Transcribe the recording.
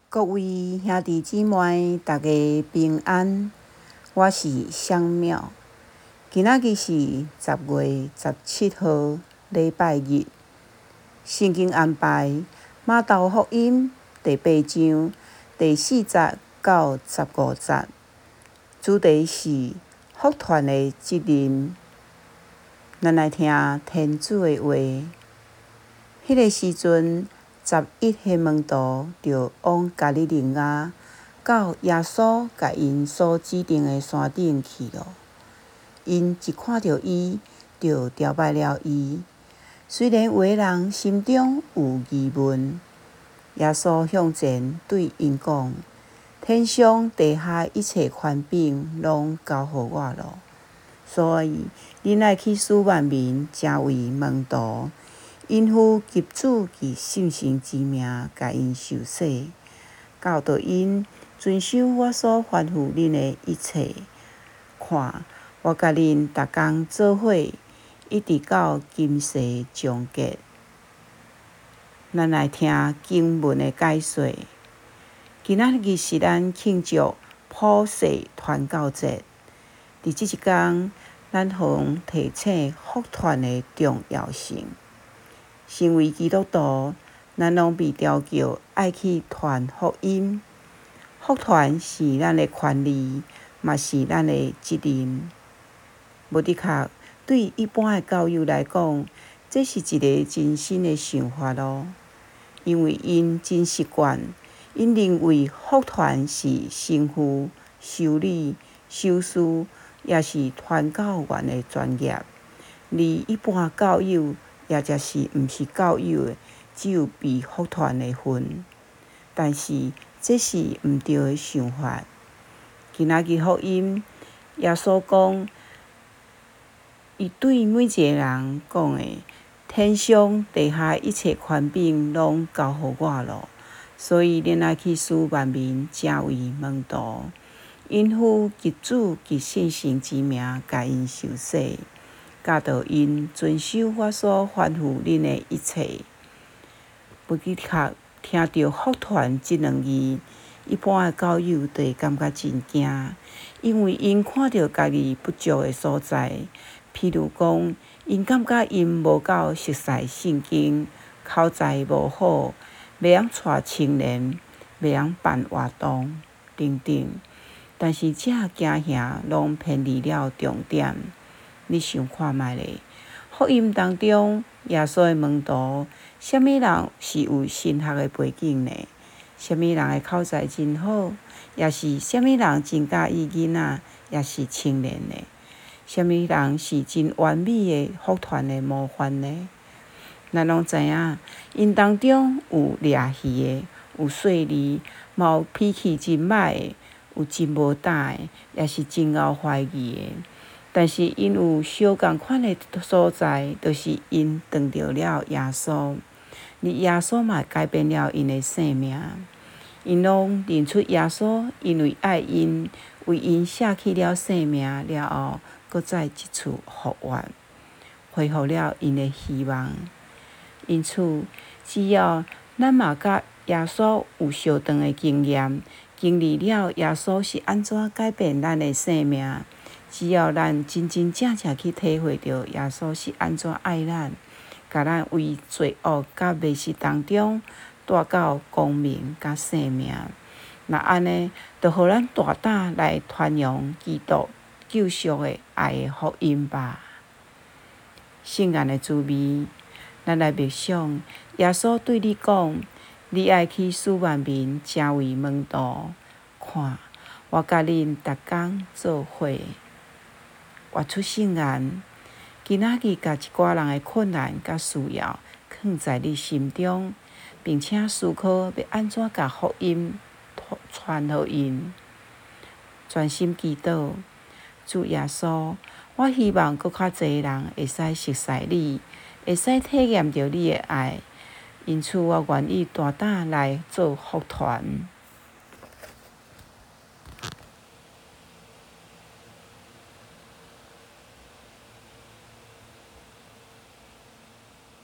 各位兄弟姊妹，大家平安。我是香妙。今仔日是10月17号，礼拜日。圣经安排马竇福音第8章第4节到15节，主题是福传的责任。咱来听天主的话。迄个时阵，11个门徒就往加里肋亚，到耶稣甲因所指定的山顶去了。因一看到伊，就朝拜了伊。虽然有的人心中有疑问，耶稣向前对因讲：“天上地下一切权柄，拢交予我了。所以，恁爱去使万民，成为门徒。”因父及子及圣神之名，甲因受洗，教导因遵守我所吩咐恁的一切。看，我甲恁逐工做伙，一直到今世终结。咱来听经文的解说。今仔日是咱庆祝普世传教节。伫即一天，咱互提醒福传的重要性。身为基督徒，咱拢被召叫爱去传福音。福传是咱的权利，嘛是咱的责任。无的确，对一般的教友来讲，这是一个真新的想法咯。因为因真习惯，因认为福传是神父、修女、修士，也是传教员的专业，而一般教友也就是毋是教友的，只有被福传的份。但是这是毋对的想法。今仔日福音，耶稣讲，伊对每一个人讲的：“天上地下一切权柄，拢交予我了。所以，恁爱去使万民，成为门徒。因父及子及圣神之名，甲因受洗。”教导因遵守我所吩咐恁的一切。不的确，听到福传这两字，一般的教友就会感觉真惊，因为因看到家己不足的所在，譬如讲，因感觉因无够熟悉圣经，口才无好，袂晓带青年，袂晓办活动，等等。但是这惊吓拢偏离了重点。你想看觅咧？福音当中，耶稣的门徒，什么人是有神学的背景呢？什么人的口才真好？也是什么人真介意囡仔，也是青年呢？什么人是真完美的福传的模范呢？咱拢知影，因当中有掠鱼的，有细腻，嘛有脾气真歹的，有真无胆的，也是真够怀疑的。但是因有相共款的所在，就是因撞到了耶稣，而耶稣嘛改变了因的生命。因拢认出耶稣，因为爱因，为因舍弃了生命了后，搁再一次复活，恢复了因的希望。因此，只要咱嘛甲耶稣有相同的经验，经历了耶稣是安怎改变咱的生命。只要咱真真正正去体会到耶稣是安怎爱咱，甲咱为罪恶甲迷失当中带到光明甲生命，那安尼就互咱大胆来传扬基督救赎的爱的福音吧。圣言的滋味，咱来默想耶稣对你讲：“你爱去使万民，成为门徒。看，我甲恁逐工做伙。”活出圣言，今仔日甲一寡人的困难甲需要放在你心中，并且思考要安怎甲福音传予因。专心祈祷，主耶稣，我希望搁较侪人会使熟悉你，会使体验到你的爱，因此我愿意大胆来做福传。